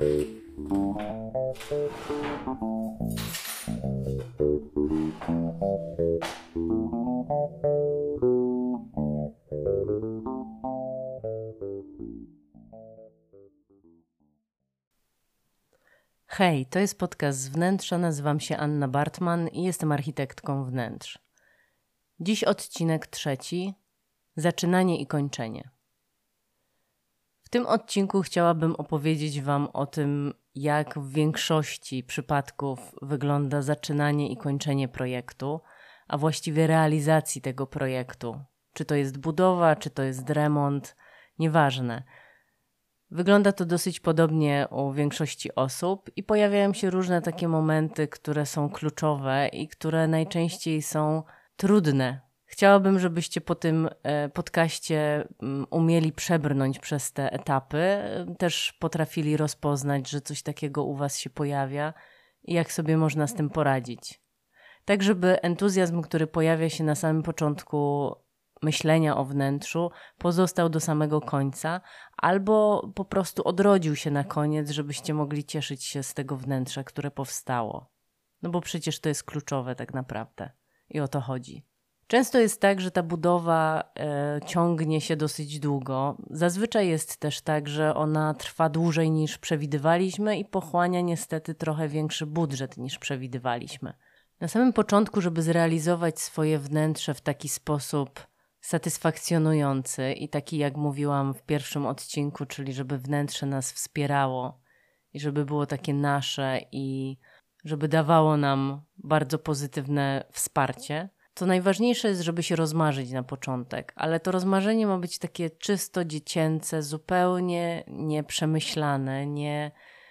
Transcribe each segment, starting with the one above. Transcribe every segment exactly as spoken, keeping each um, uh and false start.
Hej, to jest podcast z wnętrza, nazywam się Anna Bartman i jestem architektką wnętrz. Dziś odcinek trzeci, zaczynanie i kończenie. W tym odcinku chciałabym opowiedzieć Wam o tym, jak w większości przypadków wygląda zaczynanie i kończenie projektu, a właściwie realizacji tego projektu. Czy to jest budowa, czy to jest remont, nieważne. Wygląda to dosyć podobnie u większości osób i pojawiają się różne takie momenty, które są kluczowe i które najczęściej są trudne. Chciałabym, żebyście po tym podcaście umieli przebrnąć przez te etapy, też potrafili rozpoznać, że coś takiego u Was się pojawia i jak sobie można z tym poradzić. Tak, żeby entuzjazm, który pojawia się na samym początku myślenia o wnętrzu, pozostał do samego końca, albo po prostu odrodził się na koniec, żebyście mogli cieszyć się z tego wnętrza, które powstało. No bo przecież to jest kluczowe tak naprawdę i o to chodzi. Często jest tak, że ta budowa e, ciągnie się dosyć długo. Zazwyczaj jest też tak, że ona trwa dłużej niż przewidywaliśmy i pochłania niestety trochę większy budżet niż przewidywaliśmy. Na samym początku, żeby zrealizować swoje wnętrze w taki sposób satysfakcjonujący i taki, jak mówiłam w pierwszym odcinku, czyli żeby wnętrze nas wspierało i żeby było takie nasze i żeby dawało nam bardzo pozytywne wsparcie, to najważniejsze jest, żeby się rozmarzyć na początek, ale to rozmarzenie ma być takie czysto dziecięce, zupełnie nieprzemyślane, nie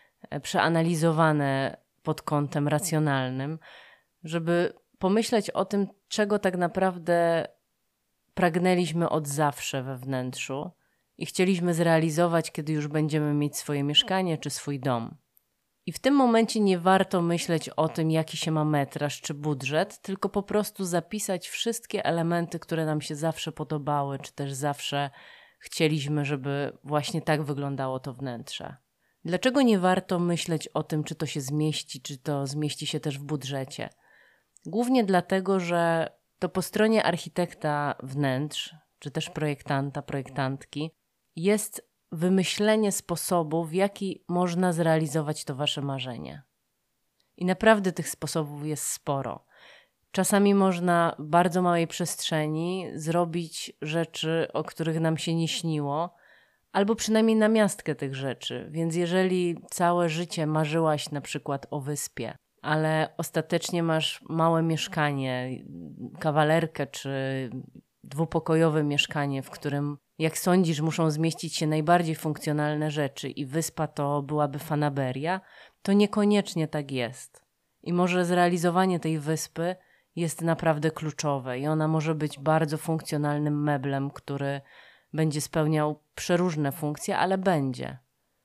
przeanalizowane pod kątem racjonalnym, żeby pomyśleć o tym, czego tak naprawdę pragnęliśmy od zawsze we wnętrzu i chcieliśmy zrealizować, kiedy już będziemy mieć swoje mieszkanie czy swój dom. I w tym momencie nie warto myśleć o tym, jaki się ma metraż czy budżet, tylko po prostu zapisać wszystkie elementy, które nam się zawsze podobały, czy też zawsze chcieliśmy, żeby właśnie tak wyglądało to wnętrze. Dlaczego nie warto myśleć o tym, czy to się zmieści, czy to zmieści się też w budżecie? Głównie dlatego, że to po stronie architekta wnętrz, czy też projektanta, projektantki, jest wymyślenie sposobu, w jaki można zrealizować to wasze marzenie. I naprawdę tych sposobów jest sporo. Czasami można w bardzo małej przestrzeni zrobić rzeczy, o których nam się nie śniło, albo przynajmniej namiastkę tych rzeczy. Więc jeżeli całe życie marzyłaś na przykład o wyspie, ale ostatecznie masz małe mieszkanie, kawalerkę czy dwupokojowe mieszkanie, w którym, jak sądzisz, muszą zmieścić się najbardziej funkcjonalne rzeczy i wyspa to byłaby fanaberia, to niekoniecznie tak jest. I może zrealizowanie tej wyspy jest naprawdę kluczowe i ona może być bardzo funkcjonalnym meblem, który będzie spełniał przeróżne funkcje, ale będzie.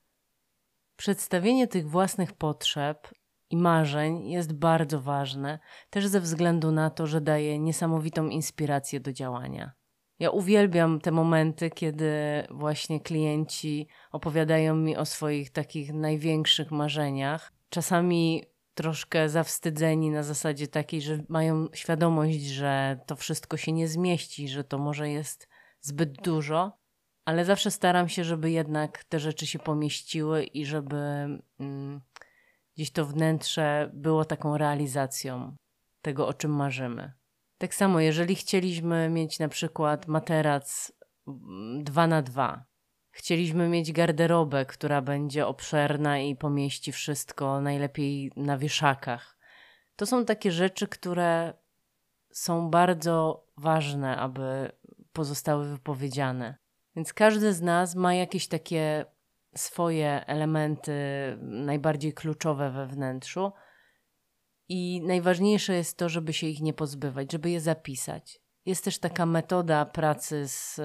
Przedstawienie tych własnych potrzeb i marzeń jest bardzo ważne, też ze względu na to, że daje niesamowitą inspirację do działania. Ja uwielbiam te momenty, kiedy właśnie klienci opowiadają mi o swoich takich największych marzeniach. Czasami troszkę zawstydzeni na zasadzie takiej, że mają świadomość, że to wszystko się nie zmieści, że to może jest zbyt dużo, ale zawsze staram się, żeby jednak te rzeczy się pomieściły i żeby Mm, gdzieś to wnętrze było taką realizacją tego, o czym marzymy. Tak samo, jeżeli chcieliśmy mieć na przykład materac dwa na dwa, chcieliśmy mieć garderobę, która będzie obszerna i pomieści wszystko, najlepiej na wieszakach. To są takie rzeczy, które są bardzo ważne, aby pozostały wypowiedziane. Więc każdy z nas ma jakieś takie swoje elementy najbardziej kluczowe we wnętrzu i najważniejsze jest to, żeby się ich nie pozbywać, żeby je zapisać. Jest też taka metoda pracy z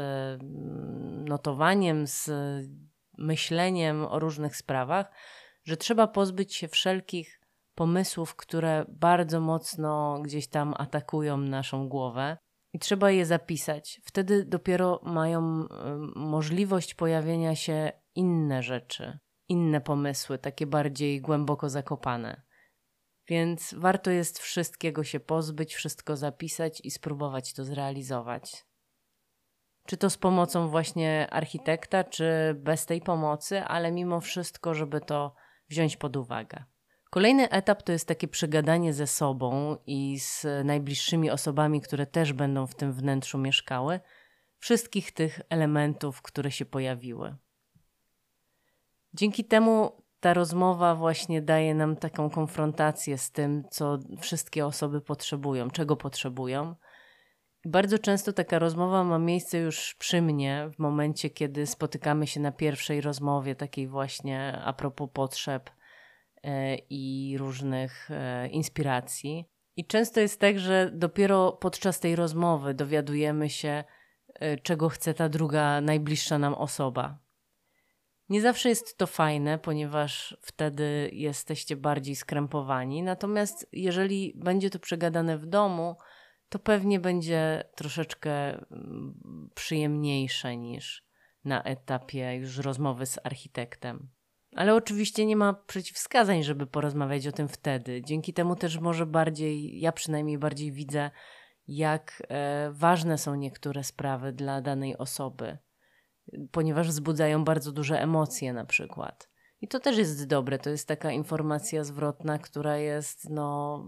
notowaniem, z myśleniem o różnych sprawach, że trzeba pozbyć się wszelkich pomysłów, które bardzo mocno gdzieś tam atakują naszą głowę i trzeba je zapisać. Wtedy dopiero mają możliwość pojawienia się inne rzeczy, inne pomysły, takie bardziej głęboko zakopane. Więc warto jest wszystkiego się pozbyć, wszystko zapisać i spróbować to zrealizować. Czy to z pomocą właśnie architekta, czy bez tej pomocy, ale mimo wszystko, żeby to wziąć pod uwagę. Kolejny etap to jest takie przegadanie ze sobą i z najbliższymi osobami, które też będą w tym wnętrzu mieszkały, wszystkich tych elementów, które się pojawiły. Dzięki temu ta rozmowa właśnie daje nam taką konfrontację z tym, co wszystkie osoby potrzebują, czego potrzebują. I bardzo często taka rozmowa ma miejsce już przy mnie, w momencie, kiedy spotykamy się na pierwszej rozmowie, takiej właśnie a propos potrzeb e, i różnych e, inspiracji. I często jest tak, że dopiero podczas tej rozmowy dowiadujemy się, e, czego chce ta druga, najbliższa nam osoba. Nie zawsze jest to fajne, ponieważ wtedy jesteście bardziej skrępowani. Natomiast jeżeli będzie to przegadane w domu, to pewnie będzie troszeczkę przyjemniejsze niż na etapie już rozmowy z architektem. Ale oczywiście nie ma przeciwwskazań, żeby porozmawiać o tym wtedy. Dzięki temu też może bardziej, ja przynajmniej bardziej widzę, jak e, ważne są niektóre sprawy dla danej osoby, ponieważ wzbudzają bardzo duże emocje na przykład. I to też jest dobre, to jest taka informacja zwrotna, która jest no,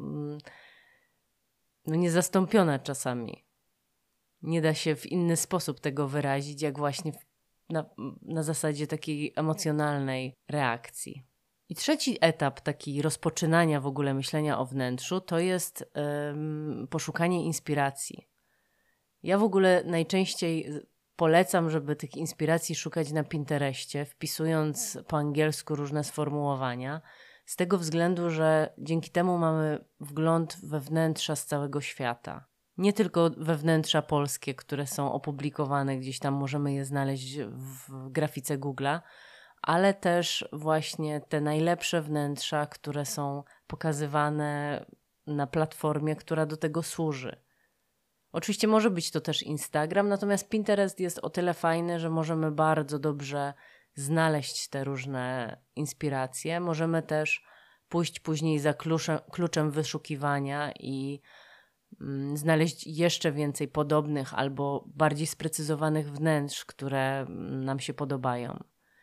no niezastąpiona czasami. Nie da się w inny sposób tego wyrazić, jak właśnie w, na, na zasadzie takiej emocjonalnej reakcji. I trzeci etap taki rozpoczynania w ogóle myślenia o wnętrzu to jest ym, poszukanie inspiracji. Ja w ogóle najczęściej polecam, żeby tych inspiracji szukać na Pinterestie, wpisując po angielsku różne sformułowania, z tego względu, że dzięki temu mamy wgląd we wnętrza z całego świata. Nie tylko we wnętrza polskie, które są opublikowane, gdzieś tam możemy je znaleźć w grafice Google'a, ale też właśnie te najlepsze wnętrza, które są pokazywane na platformie, która do tego służy. Oczywiście może być to też Instagram, natomiast Pinterest jest o tyle fajny, że możemy bardzo dobrze znaleźć te różne inspiracje. Możemy też pójść później za kluczem, kluczem wyszukiwania i mm, znaleźć jeszcze więcej podobnych albo bardziej sprecyzowanych wnętrz, które nam się podobają.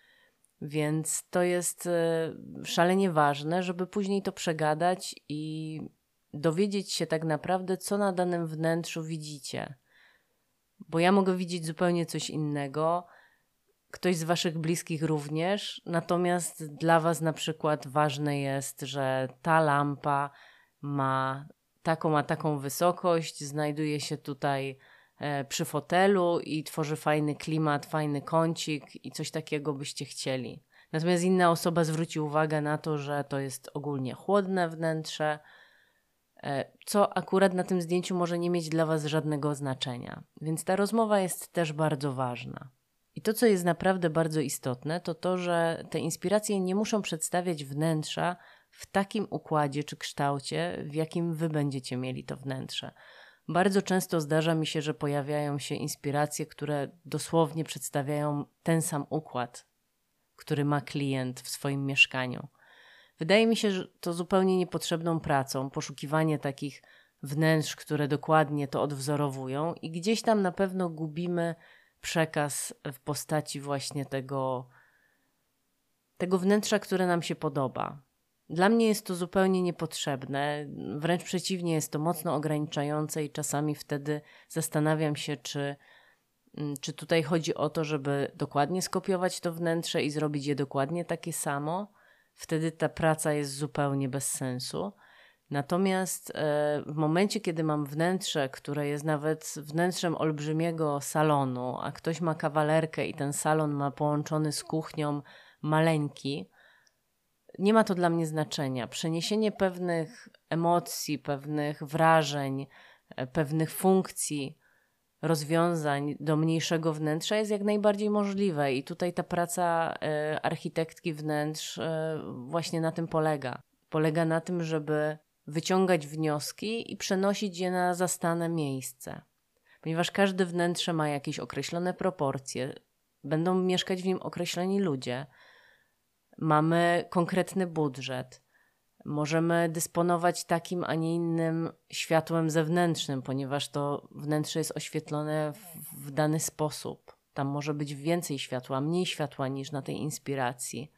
Więc to jest y, szalenie ważne, żeby później to przegadać i dowiedzieć się tak naprawdę, co na danym wnętrzu widzicie. Bo ja mogę widzieć zupełnie coś innego, ktoś z waszych bliskich również, natomiast dla was na przykład ważne jest, że ta lampa ma taką a taką wysokość, znajduje się tutaj e, przy fotelu i tworzy fajny klimat, fajny kącik i coś takiego byście chcieli. Natomiast inna osoba zwróci uwagę na to, że to jest ogólnie chłodne wnętrze, co akurat na tym zdjęciu może nie mieć dla was żadnego znaczenia. Więc ta rozmowa jest też bardzo ważna. I to, co jest naprawdę bardzo istotne, to to, że te inspiracje nie muszą przedstawiać wnętrza w takim układzie czy kształcie, w jakim wy będziecie mieli to wnętrze. Bardzo często zdarza mi się, że pojawiają się inspiracje, które dosłownie przedstawiają ten sam układ, który ma klient w swoim mieszkaniu. Wydaje mi się, że to zupełnie niepotrzebną pracą, poszukiwanie takich wnętrz, które dokładnie to odwzorowują i gdzieś tam na pewno gubimy przekaz w postaci właśnie tego, tego wnętrza, które nam się podoba. Dla mnie jest to zupełnie niepotrzebne, wręcz przeciwnie, jest to mocno ograniczające i czasami wtedy zastanawiam się, czy, czy tutaj chodzi o to, żeby dokładnie skopiować to wnętrze i zrobić je dokładnie takie samo. Wtedy ta praca jest zupełnie bez sensu. Natomiast e, w momencie, kiedy mam wnętrze, które jest nawet wnętrzem olbrzymiego salonu, a ktoś ma kawalerkę i ten salon ma połączony z kuchnią maleńki, nie ma to dla mnie znaczenia. Przeniesienie pewnych emocji, pewnych wrażeń, e, pewnych funkcji, rozwiązań do mniejszego wnętrza jest jak najbardziej możliwe i tutaj ta praca e, architektki wnętrz e, właśnie na tym polega. Polega na tym, żeby wyciągać wnioski i przenosić je na zastane miejsce. Ponieważ każde wnętrze ma jakieś określone proporcje, będą mieszkać w nim określeni ludzie, mamy konkretny budżet. Możemy dysponować takim, a nie innym światłem zewnętrznym, ponieważ to wnętrze jest oświetlone w, w dany sposób. Tam może być więcej światła, mniej światła niż na tej inspiracji.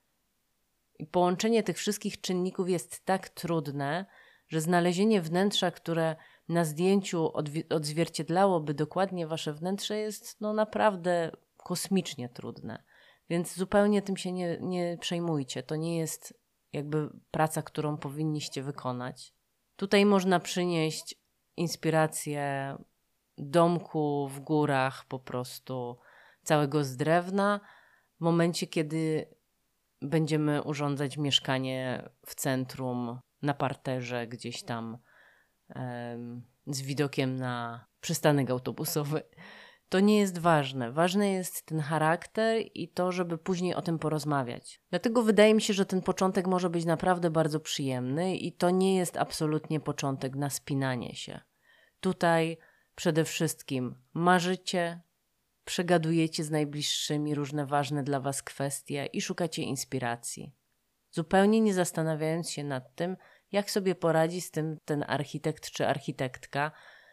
I połączenie tych wszystkich czynników jest tak trudne, że znalezienie wnętrza, które na zdjęciu odwi- odzwierciedlałoby dokładnie wasze wnętrze, jest no naprawdę kosmicznie trudne. Więc zupełnie tym się nie, nie przejmujcie. To nie jest jakby praca, którą powinniście wykonać. Tutaj można przynieść inspirację domku w górach, po prostu całego z drewna, w momencie, kiedy będziemy urządzać mieszkanie w centrum, na parterze, gdzieś tam em, z widokiem na przystanek autobusowy. To nie jest ważne. Ważny jest ten charakter i to, żeby później o tym porozmawiać. Dlatego wydaje mi się, że ten początek może być naprawdę bardzo przyjemny i to nie jest absolutnie początek na spinanie się. Tutaj przede wszystkim marzycie, przegadujecie z najbliższymi różne ważne dla was kwestie i szukacie inspiracji. Zupełnie nie zastanawiając się nad tym, jak sobie poradzi z tym ten architekt czy architektka.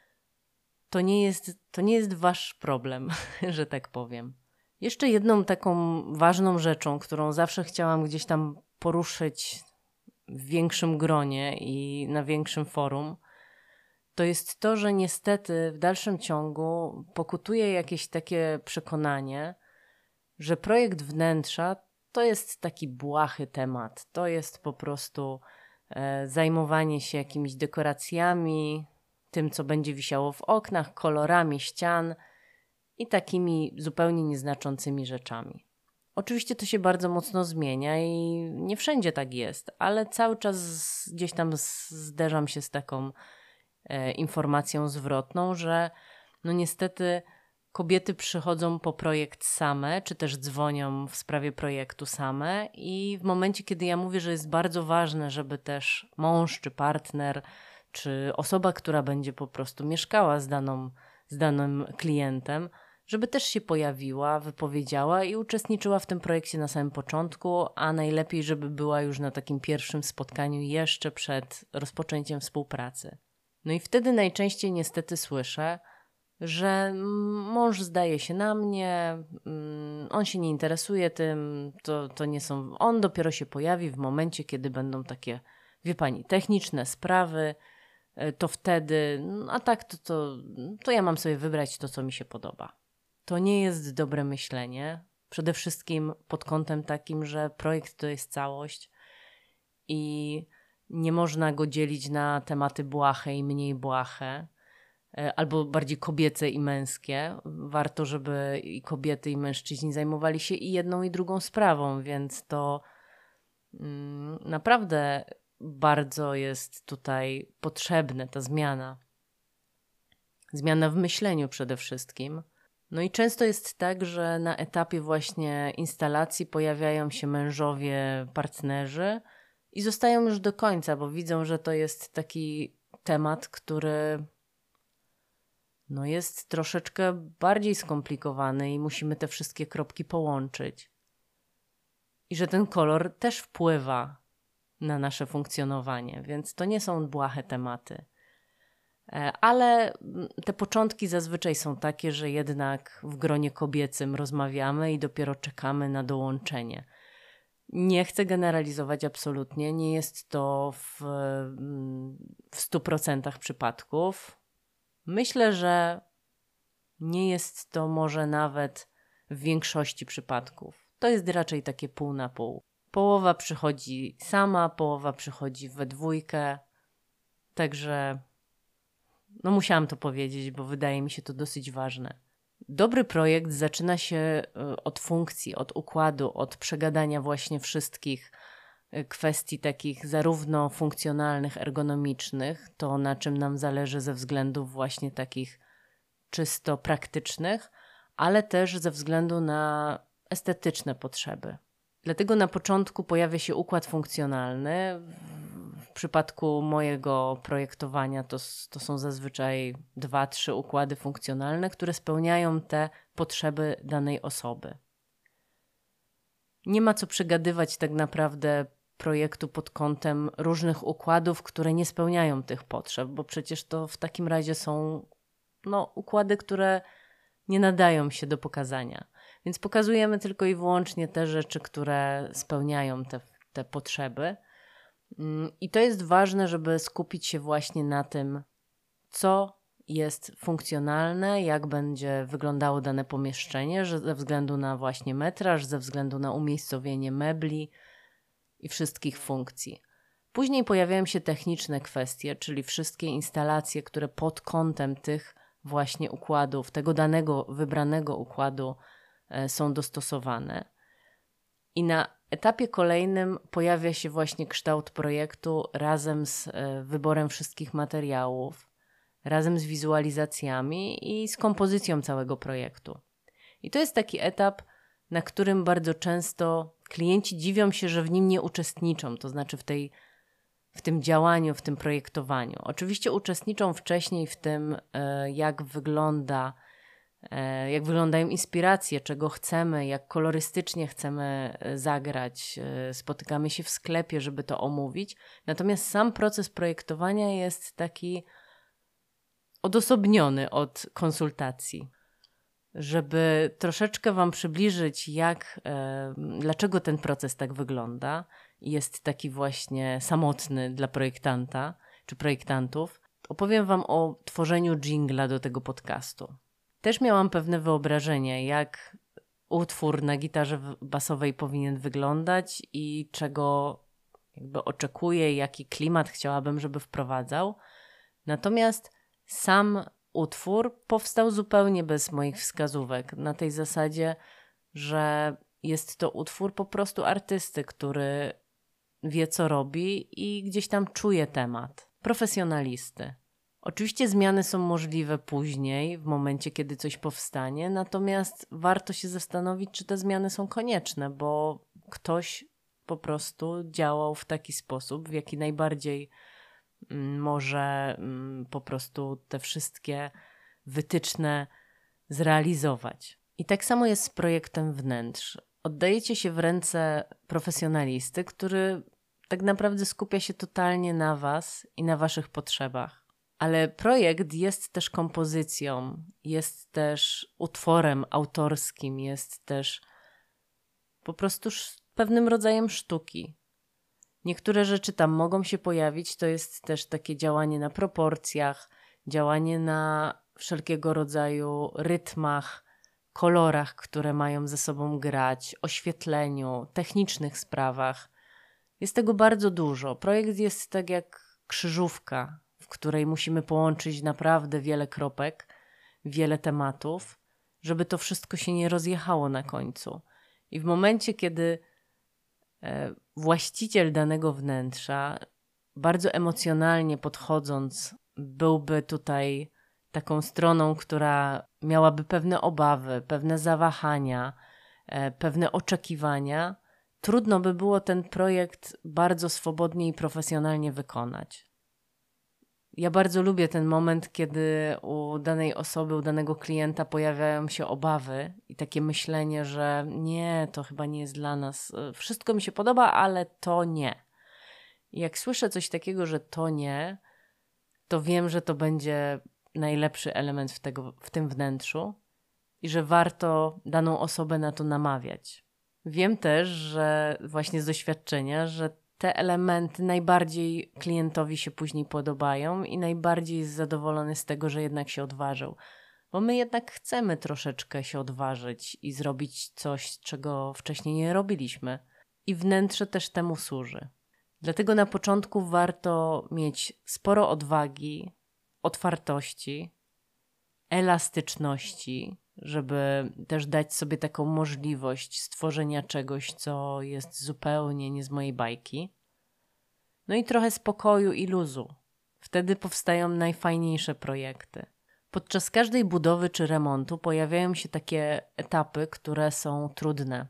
To nie jest, to nie jest wasz problem, że tak powiem. Jeszcze jedną taką ważną rzeczą, którą zawsze chciałam gdzieś tam poruszyć w większym gronie i na większym forum, to jest to, że niestety w dalszym ciągu pokutuje jakieś takie przekonanie, że projekt wnętrza to jest taki błahy temat. To jest po prostu e, zajmowanie się jakimiś dekoracjami, tym, co będzie wisiało w oknach, kolorami ścian i takimi zupełnie nieznaczącymi rzeczami. Oczywiście to się bardzo mocno zmienia i nie wszędzie tak jest, ale cały czas gdzieś tam zderzam się z taką e, informacją zwrotną, że no niestety kobiety przychodzą po projekt same, czy też dzwonią w sprawie projektu same i w momencie, kiedy ja mówię, że jest bardzo ważne, żeby też mąż czy partner, czy osoba, która będzie po prostu mieszkała z, daną, z danym klientem, żeby też się pojawiła, wypowiedziała i uczestniczyła w tym projekcie na samym początku, a najlepiej, żeby była już na takim pierwszym spotkaniu jeszcze przed rozpoczęciem współpracy. No i wtedy najczęściej niestety słyszę, że mąż zdaje się na mnie, on się nie interesuje tym, to, to nie są... On dopiero się pojawi w momencie, kiedy będą takie, wie pani, techniczne sprawy, to wtedy, a tak to, to, to ja mam sobie wybrać to, co mi się podoba. To nie jest dobre myślenie. Przede wszystkim pod kątem takim, że projekt to jest całość i nie można go dzielić na tematy błahe i mniej błahe, albo bardziej kobiece i męskie. Warto, żeby i kobiety, i mężczyźni zajmowali się i jedną, i drugą sprawą, więc to mm, naprawdę bardzo jest tutaj potrzebna ta zmiana. Zmiana w myśleniu przede wszystkim. No i często jest tak, że na etapie właśnie instalacji pojawiają się mężowie, partnerzy i zostają już do końca, bo widzą, że to jest taki temat, który no jest troszeczkę bardziej skomplikowany i musimy te wszystkie kropki połączyć. I że ten kolor też wpływa na nasze funkcjonowanie, więc to nie są błahe tematy. Ale te początki zazwyczaj są takie, że jednak w gronie kobiecym rozmawiamy i dopiero czekamy na dołączenie. Nie chcę generalizować absolutnie, nie jest to w, w stu procentach przypadków. Myślę, że nie jest to może nawet w większości przypadków. To jest raczej takie pół na pół. Połowa przychodzi sama, połowa przychodzi we dwójkę. Także no musiałam to powiedzieć, bo wydaje mi się to dosyć ważne. Dobry projekt zaczyna się od funkcji, od układu, od przegadania właśnie wszystkich kwestii takich zarówno funkcjonalnych, ergonomicznych, to na czym nam zależy ze względów właśnie takich czysto praktycznych, ale też ze względu na estetyczne potrzeby. Dlatego na początku pojawia się układ funkcjonalny. W przypadku mojego projektowania to, to są zazwyczaj dwa, trzy układy funkcjonalne, które spełniają te potrzeby danej osoby. Nie ma co przegadywać tak naprawdę projektu pod kątem różnych układów, które nie spełniają tych potrzeb, bo przecież to w takim razie są no, układy, które nie nadają się do pokazania. Więc pokazujemy tylko i wyłącznie te rzeczy, które spełniają te, te potrzeby. I to jest ważne, żeby skupić się właśnie na tym, co jest funkcjonalne, jak będzie wyglądało dane pomieszczenie, że ze względu na właśnie metraż, ze względu na umiejscowienie mebli i wszystkich funkcji. Później pojawiają się techniczne kwestie, czyli wszystkie instalacje, które pod kątem tych właśnie układów, tego danego wybranego układu e, są dostosowane. I na etapie kolejnym pojawia się właśnie kształt projektu razem z e, wyborem wszystkich materiałów, razem z wizualizacjami i z kompozycją całego projektu. I to jest taki etap, na którym bardzo często klienci dziwią się, że w nim nie uczestniczą, to znaczy w, tej, w tym działaniu, w tym projektowaniu. Oczywiście uczestniczą wcześniej w tym, jak wygląda, jak wyglądają inspiracje, czego chcemy, jak kolorystycznie chcemy zagrać. Spotykamy się w sklepie, żeby to omówić. Natomiast sam proces projektowania jest taki odosobniony od konsultacji. Żeby troszeczkę Wam przybliżyć, jak, e, dlaczego ten proces tak wygląda i jest taki właśnie samotny dla projektanta czy projektantów, opowiem Wam o tworzeniu dżingla do tego podcastu. Też miałam pewne wyobrażenie, jak utwór na gitarze basowej powinien wyglądać i czego jakby oczekuję, jaki klimat chciałabym, żeby wprowadzał. Natomiast sam utwór powstał zupełnie bez moich wskazówek, na tej zasadzie, że jest to utwór po prostu artysty, który wie, co robi i gdzieś tam czuje temat. Profesjonalisty. Oczywiście zmiany są możliwe później, w momencie, kiedy coś powstanie, natomiast warto się zastanowić, czy te zmiany są konieczne, bo ktoś po prostu działał w taki sposób, w jaki najbardziej może po prostu te wszystkie wytyczne zrealizować. I tak samo jest z projektem wnętrz. Oddajecie się w ręce profesjonalisty, który tak naprawdę skupia się totalnie na Was i na Waszych potrzebach. Ale projekt jest też kompozycją, jest też utworem autorskim, jest też po prostu pewnym rodzajem sztuki. Niektóre rzeczy tam mogą się pojawić, to jest też takie działanie na proporcjach, działanie na wszelkiego rodzaju rytmach, kolorach, które mają ze sobą grać, oświetleniu, technicznych sprawach. Jest tego bardzo dużo. Projekt jest tak jak krzyżówka, w której musimy połączyć naprawdę wiele kropek, wiele tematów, żeby to wszystko się nie rozjechało na końcu. I w momencie, kiedy właściciel danego wnętrza, bardzo emocjonalnie podchodząc, byłby tutaj taką stroną, która miałaby pewne obawy, pewne zawahania, pewne oczekiwania, trudno by było ten projekt bardzo swobodnie i profesjonalnie wykonać. Ja bardzo lubię ten moment, kiedy u danej osoby, u danego klienta pojawiają się obawy i takie myślenie, że nie, to chyba nie jest dla nas. Wszystko mi się podoba, ale to nie. I jak słyszę coś takiego, że to nie, to wiem, że to będzie najlepszy element w, tego, w tym wnętrzu i że warto daną osobę na to namawiać. Wiem też, że właśnie z doświadczenia, że te elementy najbardziej klientowi się później podobają i najbardziej jest zadowolony z tego, że jednak się odważył. Bo my jednak chcemy troszeczkę się odważyć i zrobić coś, czego wcześniej nie robiliśmy. I wnętrze też temu służy. Dlatego na początku warto mieć sporo odwagi, otwartości, elastyczności, żeby też dać sobie taką możliwość stworzenia czegoś, co jest zupełnie nie z mojej bajki. No i trochę spokoju i luzu. Wtedy powstają najfajniejsze projekty. Podczas każdej budowy czy remontu pojawiają się takie etapy, które są trudne.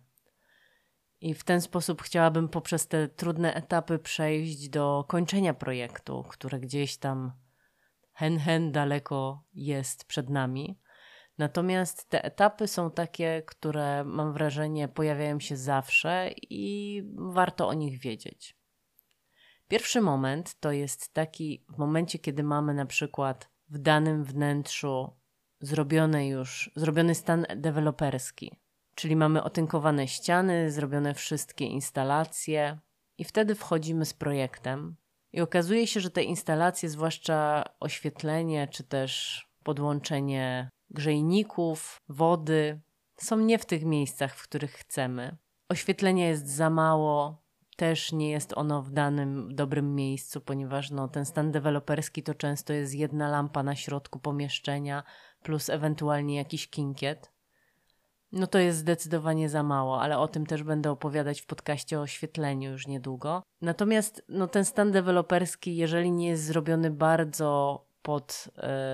I w ten sposób chciałabym poprzez te trudne etapy przejść do kończenia projektu, które gdzieś tam hen hen daleko jest przed nami. Natomiast te etapy są takie, które mam wrażenie pojawiają się zawsze i warto o nich wiedzieć. Pierwszy moment to jest taki w momencie, kiedy mamy na przykład w danym wnętrzu zrobiony już, zrobiony stan deweloperski, czyli mamy otynkowane ściany, zrobione wszystkie instalacje i wtedy wchodzimy z projektem i okazuje się, że te instalacje, zwłaszcza oświetlenie czy też podłączenie grzejników, wody, są nie w tych miejscach, w których chcemy. Oświetlenia jest za mało, też nie jest ono w danym dobrym miejscu, ponieważ no, ten stan deweloperski to często jest jedna lampa na środku pomieszczenia plus ewentualnie jakiś kinkiet. No to jest zdecydowanie za mało, ale o tym też będę opowiadać w podcaście o oświetleniu już niedługo. Natomiast no, ten stan deweloperski, jeżeli nie jest zrobiony bardzo pod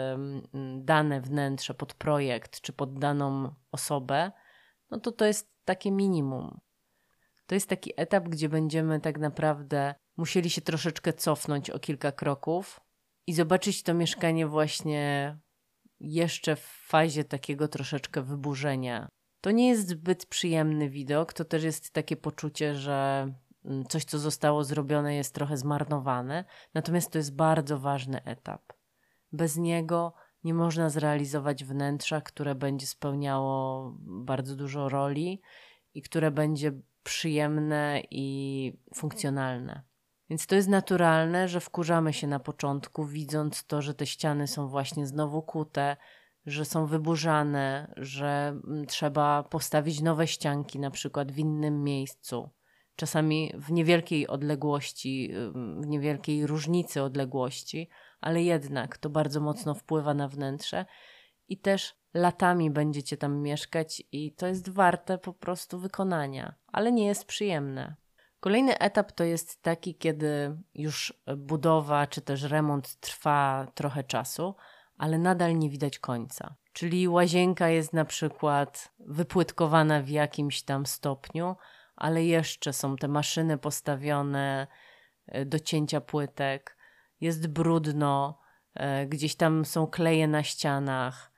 y, dane wnętrze, pod projekt czy pod daną osobę, no to to jest takie minimum. To jest taki etap, gdzie będziemy tak naprawdę musieli się troszeczkę cofnąć o kilka kroków i zobaczyć to mieszkanie właśnie jeszcze w fazie takiego troszeczkę wyburzenia. To nie jest zbyt przyjemny widok, to też jest takie poczucie, że coś, co zostało zrobione, jest trochę zmarnowane, natomiast to jest bardzo ważny etap. Bez niego nie można zrealizować wnętrza, które będzie spełniało bardzo dużo roli i które będzie przyjemne i funkcjonalne. Więc to jest naturalne, że wkurzamy się na początku, widząc to, że te ściany są właśnie znowu kute, że są wyburzane, że trzeba postawić nowe ścianki na przykład w innym miejscu. Czasami w niewielkiej odległości, w niewielkiej różnicy odległości, ale jednak to bardzo mocno wpływa na wnętrze i też latami będziecie tam mieszkać i to jest warte po prostu wykonania, ale nie jest przyjemne. Kolejny etap to jest taki, kiedy już budowa czy też remont trwa trochę czasu, ale nadal nie widać końca. Czyli łazienka jest na przykład wypłytkowana w jakimś tam stopniu, ale jeszcze są te maszyny postawione do cięcia płytek, jest brudno, gdzieś tam są kleje na ścianach.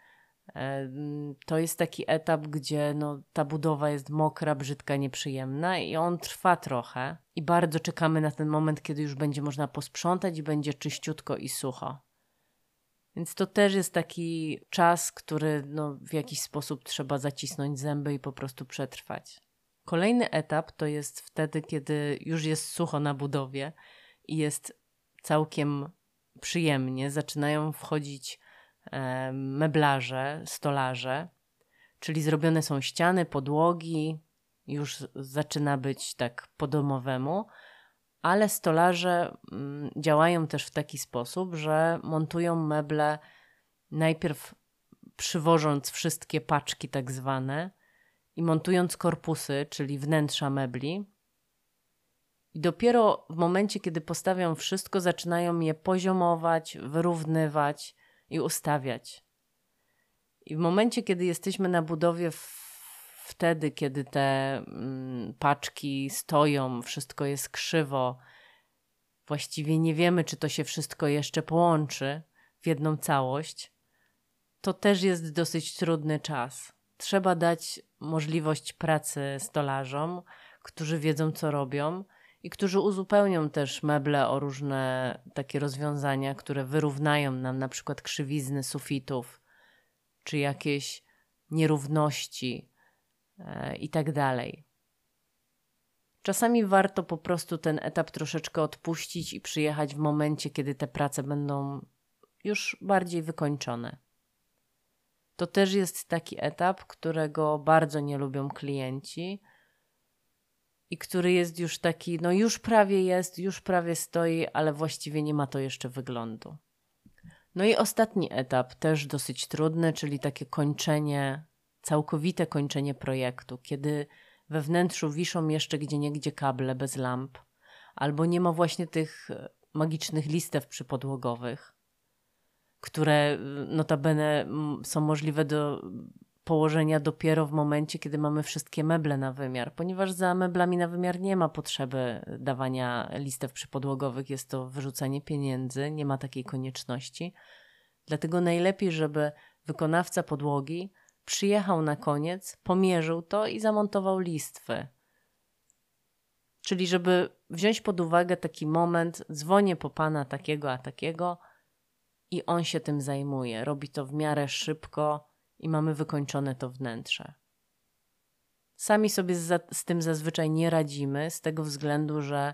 To jest taki etap, gdzie no, ta budowa jest mokra, brzydka, nieprzyjemna i on trwa trochę i bardzo czekamy na ten moment, kiedy już będzie można posprzątać i będzie czyściutko i sucho. Więc to też jest taki czas, który no, w jakiś sposób trzeba zacisnąć zęby i po prostu przetrwać. Kolejny etap to jest wtedy, kiedy już jest sucho na budowie i jest całkiem przyjemnie, zaczynają wchodzić e, meblarze, stolarze, czyli zrobione są ściany, podłogi, już zaczyna być tak po domowemu, ale stolarze mm, działają też w taki sposób, że montują meble najpierw przywożąc wszystkie paczki tak zwane i montując korpusy, czyli wnętrza mebli. I dopiero w momencie, kiedy postawią wszystko, zaczynają je poziomować, wyrównywać i ustawiać. I w momencie, kiedy jesteśmy na budowie, w, wtedy, kiedy te mm, paczki stoją, wszystko jest krzywo, właściwie nie wiemy, czy to się wszystko jeszcze połączy w jedną całość, to też jest dosyć trudny czas. Trzeba dać możliwość pracy stolarzom, którzy wiedzą, co robią i którzy uzupełnią też meble o różne takie rozwiązania, które wyrównają nam na przykład krzywizny sufitów, czy jakieś nierówności e, i tak dalej. Czasami warto po prostu ten etap troszeczkę odpuścić i przyjechać w momencie, kiedy te prace będą już bardziej wykończone. To też jest taki etap, którego bardzo nie lubią klienci i który jest już taki, no już prawie jest, już prawie stoi, ale właściwie nie ma to jeszcze wyglądu. No i ostatni etap, też dosyć trudny, czyli takie kończenie, całkowite kończenie projektu, kiedy we wnętrzu wiszą jeszcze gdzieniegdzie kable bez lamp, albo nie ma właśnie tych magicznych listew przypodłogowych, które notabene są możliwe do położenia dopiero w momencie, kiedy mamy wszystkie meble na wymiar, ponieważ za meblami na wymiar nie ma potrzeby dawania listew przypodłogowych, jest to wyrzucanie pieniędzy, nie ma takiej konieczności. Dlatego najlepiej, żeby wykonawca podłogi przyjechał na koniec, pomierzył to i zamontował listwy. Czyli żeby wziąć pod uwagę taki moment, dzwonię po pana takiego a takiego i on się tym zajmuje. Robi to w miarę szybko i mamy wykończone to wnętrze. Sami sobie z, z tym zazwyczaj nie radzimy z tego względu, że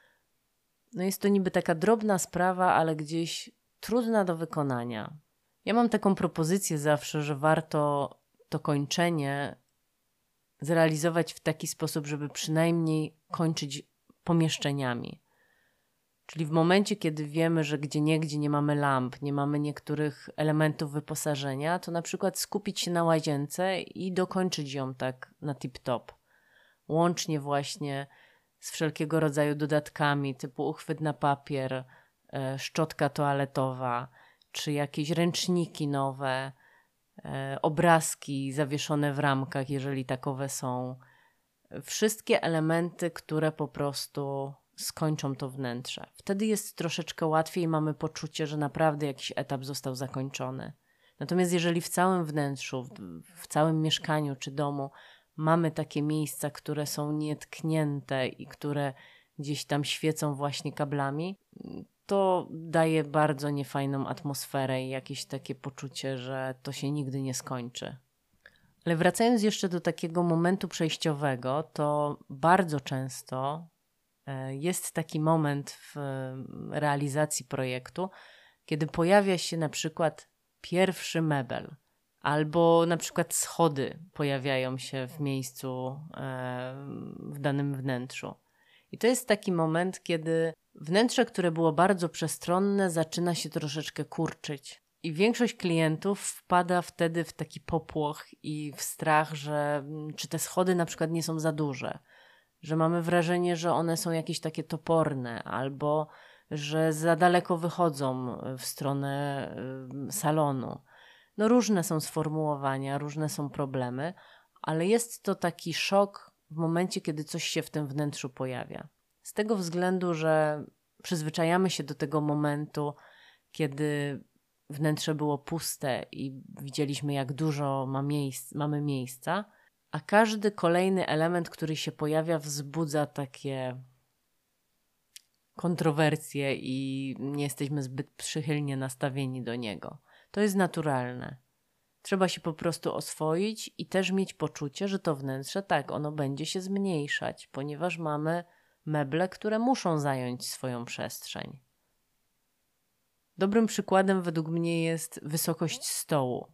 no jest to niby taka drobna sprawa, ale gdzieś trudna do wykonania. Ja mam taką propozycję zawsze, że warto to kończenie zrealizować w taki sposób, żeby przynajmniej kończyć pomieszczeniami. Czyli w momencie, kiedy wiemy, że gdzieniegdzie nie mamy lamp, nie mamy niektórych elementów wyposażenia, to na przykład skupić się na łazience i dokończyć ją tak na tip-top. Łącznie właśnie z wszelkiego rodzaju dodatkami typu uchwyt na papier, e, szczotka toaletowa, czy jakieś ręczniki nowe, e, obrazki zawieszone w ramkach, jeżeli takowe są. Wszystkie elementy, które po prostu skończą to wnętrze. Wtedy jest troszeczkę łatwiej i mamy poczucie, że naprawdę jakiś etap został zakończony. Natomiast jeżeli w całym wnętrzu, w, w całym mieszkaniu czy domu mamy takie miejsca, które są nietknięte i które gdzieś tam świecą właśnie kablami, to daje bardzo niefajną atmosferę i jakieś takie poczucie, że to się nigdy nie skończy. Ale wracając jeszcze do takiego momentu przejściowego, to bardzo często jest taki moment w realizacji projektu, kiedy pojawia się na przykład pierwszy mebel albo na przykład schody pojawiają się w miejscu, w danym wnętrzu. I to jest taki moment, kiedy wnętrze, które było bardzo przestronne, zaczyna się troszeczkę kurczyć. I większość klientów wpada wtedy w taki popłoch i w strach, że czy te schody na przykład nie są za duże, że mamy wrażenie, że one są jakieś takie toporne albo że za daleko wychodzą w stronę salonu. No różne są sformułowania, różne są problemy, ale jest to taki szok w momencie, kiedy coś się w tym wnętrzu pojawia. Z tego względu, że przyzwyczajamy się do tego momentu, kiedy wnętrze było puste i widzieliśmy, jak dużo ma miejsc, mamy miejsca, a każdy kolejny element, który się pojawia, wzbudza takie kontrowersje i nie jesteśmy zbyt przychylnie nastawieni do niego. To jest naturalne. Trzeba się po prostu oswoić i też mieć poczucie, że to wnętrze, tak, ono będzie się zmniejszać, ponieważ mamy meble, które muszą zająć swoją przestrzeń. Dobrym przykładem według mnie jest wysokość stołu.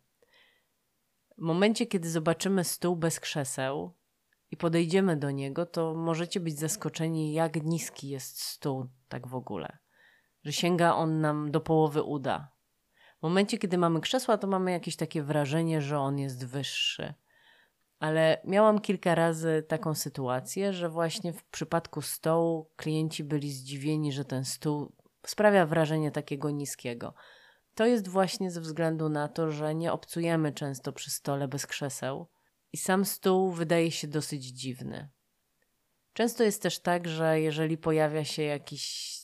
W momencie, kiedy zobaczymy stół bez krzeseł i podejdziemy do niego, to możecie być zaskoczeni, jak niski jest stół tak w ogóle. Że sięga on nam do połowy uda. W momencie, kiedy mamy krzesła, to mamy jakieś takie wrażenie, że on jest wyższy. Ale miałam kilka razy taką sytuację, że właśnie w przypadku stołu klienci byli zdziwieni, że ten stół sprawia wrażenie takiego niskiego. To jest właśnie ze względu na to, że nie obcujemy często przy stole bez krzeseł i sam stół wydaje się dosyć dziwny. Często jest też tak, że jeżeli pojawia się jakiś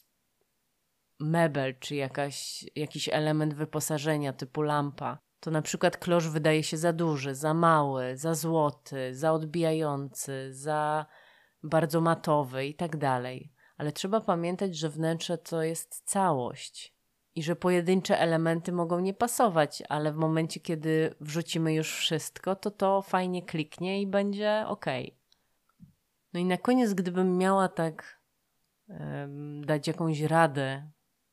mebel czy jakaś, jakiś element wyposażenia typu lampa, to na przykład klosz wydaje się za duży, za mały, za złoty, za odbijający, za bardzo matowy i tak dalej. Ale trzeba pamiętać, że wnętrze to jest całość i że pojedyncze elementy mogą nie pasować, ale w momencie, kiedy wrzucimy już wszystko, to to fajnie kliknie i będzie ok. No i na koniec, gdybym miała tak um, dać jakąś radę,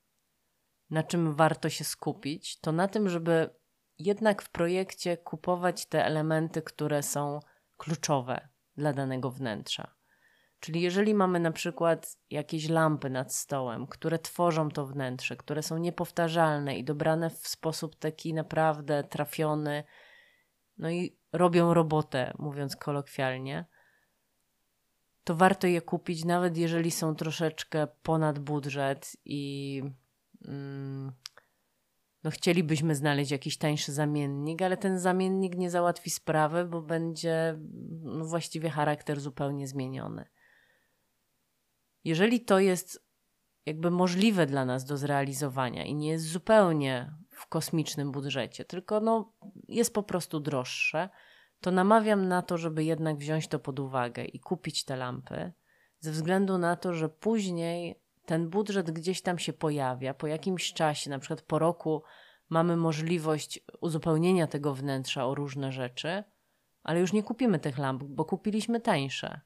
na czym warto się skupić, to na tym, żeby jednak w projekcie kupować te elementy, które są kluczowe dla danego wnętrza. Czyli jeżeli mamy na przykład jakieś lampy nad stołem, które tworzą to wnętrze, które są niepowtarzalne i dobrane w sposób taki naprawdę trafiony, no i robią robotę, mówiąc kolokwialnie, to warto je kupić, nawet jeżeli są troszeczkę ponad budżet i mm, no chcielibyśmy znaleźć jakiś tańszy zamiennik, ale ten zamiennik nie załatwi sprawy, bo będzie no, właściwie charakter zupełnie zmieniony. Jeżeli to jest jakby możliwe dla nas do zrealizowania i nie jest zupełnie w kosmicznym budżecie, tylko no, jest po prostu droższe, to namawiam na to, żeby jednak wziąć to pod uwagę i kupić te lampy, ze względu na to, że później ten budżet gdzieś tam się pojawia, po jakimś czasie, na przykład po roku mamy możliwość uzupełnienia tego wnętrza o różne rzeczy, ale już nie kupimy tych lamp, bo kupiliśmy tańsze.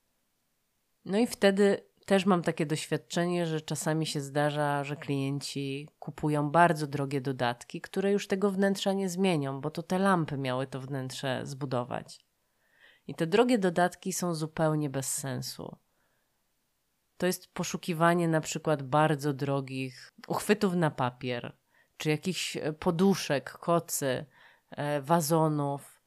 No i wtedy też mam takie doświadczenie, że czasami się zdarza, że klienci kupują bardzo drogie dodatki, które już tego wnętrza nie zmienią, bo to te lampy miały to wnętrze zbudować. I te drogie dodatki są zupełnie bez sensu. To jest poszukiwanie na przykład bardzo drogich uchwytów na papier, czy jakichś poduszek, kocy, wazonów.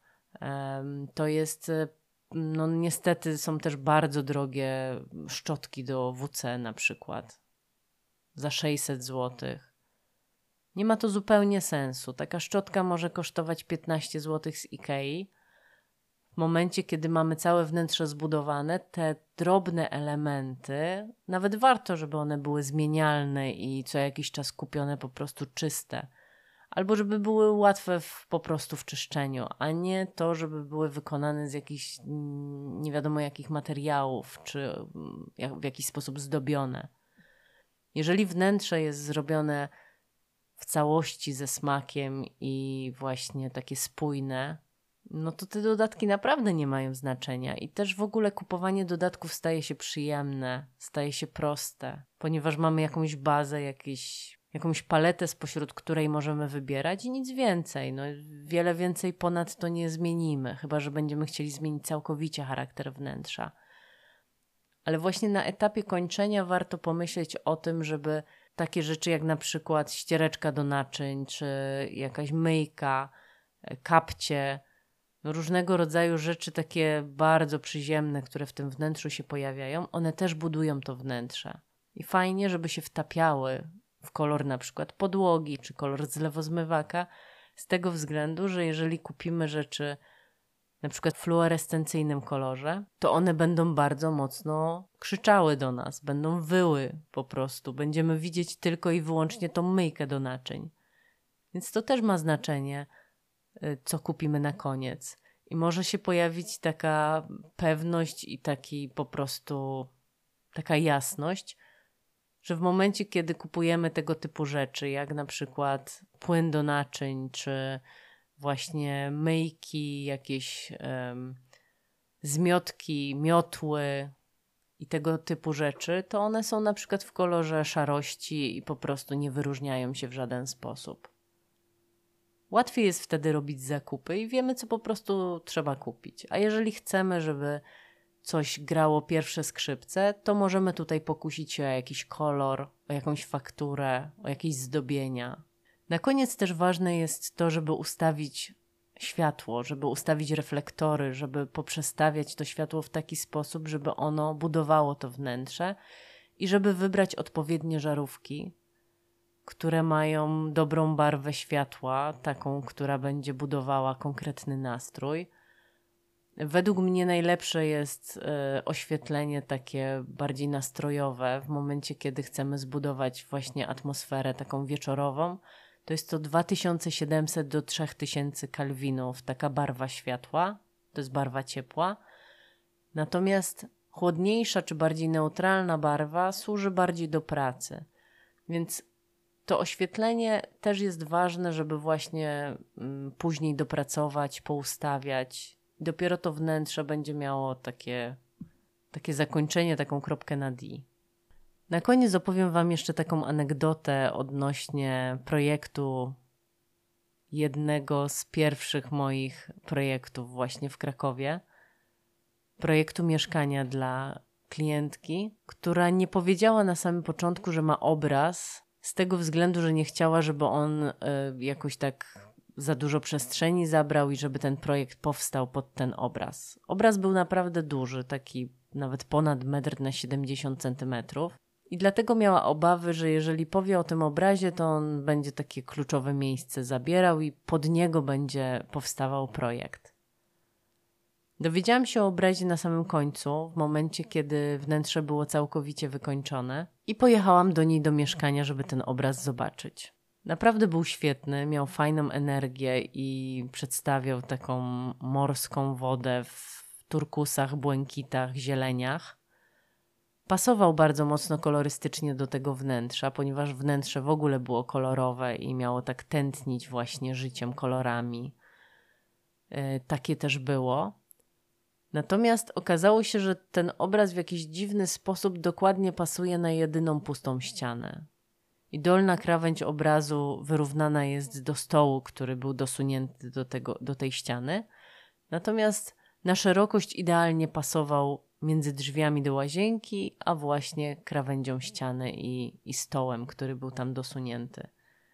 To jest, no niestety są też bardzo drogie szczotki do W C na przykład, za sześćset złotych. Nie ma to zupełnie sensu. Taka szczotka może kosztować piętnaście złotych z Ikei. W momencie, kiedy mamy całe wnętrze zbudowane, te drobne elementy, nawet warto, żeby one były zmienialne i co jakiś czas kupione po prostu czyste. Albo żeby były łatwe w, po prostu w czyszczeniu, a nie to, żeby były wykonane z jakichś nie wiadomo jakich materiałów, czy jak, w jakiś sposób zdobione. Jeżeli wnętrze jest zrobione w całości ze smakiem i właśnie takie spójne, no to te dodatki naprawdę nie mają znaczenia i też w ogóle kupowanie dodatków staje się przyjemne, staje się proste, ponieważ mamy jakąś bazę, jakieś, jakąś paletę, spośród której możemy wybierać i nic więcej. No, wiele więcej ponad to nie zmienimy, chyba że będziemy chcieli zmienić całkowicie charakter wnętrza. Ale właśnie na etapie kończenia warto pomyśleć o tym, żeby takie rzeczy jak na przykład ściereczka do naczyń, czy jakaś myjka, kapcie, różnego rodzaju rzeczy takie bardzo przyziemne, które w tym wnętrzu się pojawiają, one też budują to wnętrze. I fajnie, żeby się wtapiały w kolor na przykład podłogi, czy kolor zlewozmywaka, z tego względu, że jeżeli kupimy rzeczy na przykład w fluorescencyjnym kolorze, to one będą bardzo mocno krzyczały do nas, będą wyły po prostu. Będziemy widzieć tylko i wyłącznie tą myjkę do naczyń. Więc to też ma znaczenie, co kupimy na koniec. I może się pojawić taka pewność i taki po prostu taka jasność, że w momencie, kiedy kupujemy tego typu rzeczy, jak na przykład płyn do naczyń, czy właśnie myjki, jakieś um, zmiotki, miotły i tego typu rzeczy, to one są na przykład w kolorze szarości i po prostu nie wyróżniają się w żaden sposób. Łatwiej jest wtedy robić zakupy i wiemy, co po prostu trzeba kupić. A jeżeli chcemy, żeby coś grało pierwsze skrzypce, to możemy tutaj pokusić się o jakiś kolor, o jakąś fakturę, o jakieś zdobienia. Na koniec też ważne jest to, żeby ustawić światło, żeby ustawić reflektory, żeby poprzestawiać to światło w taki sposób, żeby ono budowało to wnętrze i żeby wybrać odpowiednie żarówki, które mają dobrą barwę światła, taką, która będzie budowała konkretny nastrój. Według mnie najlepsze jest y, oświetlenie takie bardziej nastrojowe w momencie, kiedy chcemy zbudować właśnie atmosferę taką wieczorową. To jest to dwa tysiące siedemset do trzy tysiące kelwinów, taka barwa światła, to jest barwa ciepła. Natomiast chłodniejsza czy bardziej neutralna barwa służy bardziej do pracy. Więc to oświetlenie też jest ważne, żeby właśnie mm, później dopracować, poustawiać. Dopiero to wnętrze będzie miało takie, takie zakończenie, taką kropkę na D. Na koniec opowiem wam jeszcze taką anegdotę odnośnie projektu, jednego z pierwszych moich projektów właśnie w Krakowie. Projektu mieszkania dla klientki, która nie powiedziała na samym początku, że ma obraz, z tego względu, że nie chciała, żeby on y, jakoś tak za dużo przestrzeni zabrał i żeby ten projekt powstał pod ten obraz. Obraz był naprawdę duży, taki nawet ponad metr na siedemdziesiąt centymetrów. I dlatego miała obawy, że jeżeli powie o tym obrazie, to on będzie takie kluczowe miejsce zabierał i pod niego będzie powstawał projekt. Dowiedziałam się o obrazie na samym końcu, w momencie, kiedy wnętrze było całkowicie wykończone i pojechałam do niej do mieszkania, żeby ten obraz zobaczyć. Naprawdę był świetny, miał fajną energię i przedstawiał taką morską wodę w turkusach, błękitach, zieleniach. Pasował bardzo mocno kolorystycznie do tego wnętrza, ponieważ wnętrze w ogóle było kolorowe i miało tak tętnić właśnie życiem, kolorami. Yy, takie też było. Natomiast okazało się, że ten obraz w jakiś dziwny sposób dokładnie pasuje na jedyną pustą ścianę. I dolna krawędź obrazu wyrównana jest do stołu, który był dosunięty do, tego, do tej ściany. Natomiast na szerokość idealnie pasował między drzwiami do łazienki, a właśnie krawędzią ściany i, i stołem, który był tam dosunięty.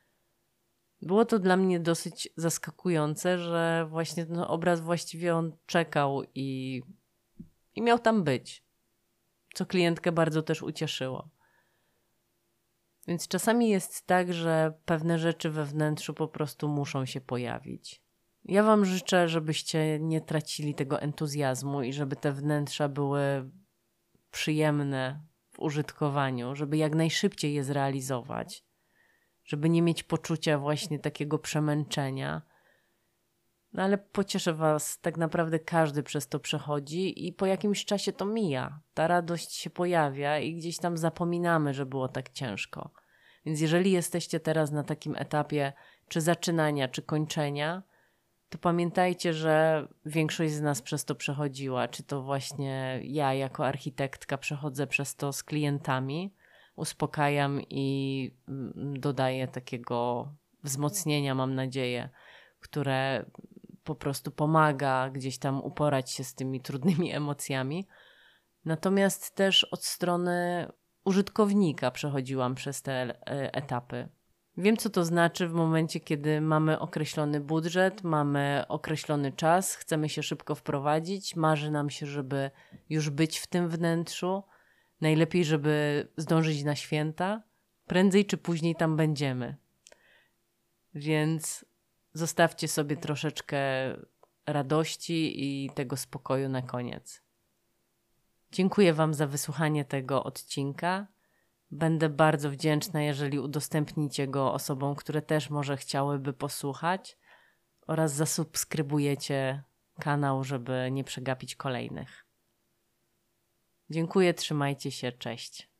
Było to dla mnie dosyć zaskakujące, że właśnie ten obraz właściwie on czekał i, i miał tam być, co klientkę bardzo też ucieszyło. Więc czasami jest tak, że pewne rzeczy we wnętrzu po prostu muszą się pojawić. Ja wam życzę, żebyście nie tracili tego entuzjazmu i żeby te wnętrza były przyjemne w użytkowaniu, żeby jak najszybciej je zrealizować, żeby nie mieć poczucia właśnie takiego przemęczenia. No ale pocieszę was, tak naprawdę każdy przez to przechodzi i po jakimś czasie to mija. Ta radość się pojawia i gdzieś tam zapominamy, że było tak ciężko. Więc jeżeli jesteście teraz na takim etapie czy zaczynania, czy kończenia, to pamiętajcie, że większość z nas przez to przechodziła. Czy to właśnie ja jako architektka przechodzę przez to z klientami, uspokajam i dodaję takiego wzmocnienia, mam nadzieję, które po prostu pomaga gdzieś tam uporać się z tymi trudnymi emocjami. Natomiast też od strony użytkownika przechodziłam przez te etapy. Wiem, co to znaczy w momencie, kiedy mamy określony budżet, mamy określony czas, chcemy się szybko wprowadzić, marzy nam się, żeby już być w tym wnętrzu, najlepiej, żeby zdążyć na święta, prędzej czy później tam będziemy. Więc zostawcie sobie troszeczkę radości i tego spokoju na koniec. Dziękuję wam za wysłuchanie tego odcinka. Będę bardzo wdzięczna, jeżeli udostępnicie go osobom, które też może chciałyby posłuchać oraz zasubskrybujecie kanał, żeby nie przegapić kolejnych. Dziękuję, trzymajcie się, cześć.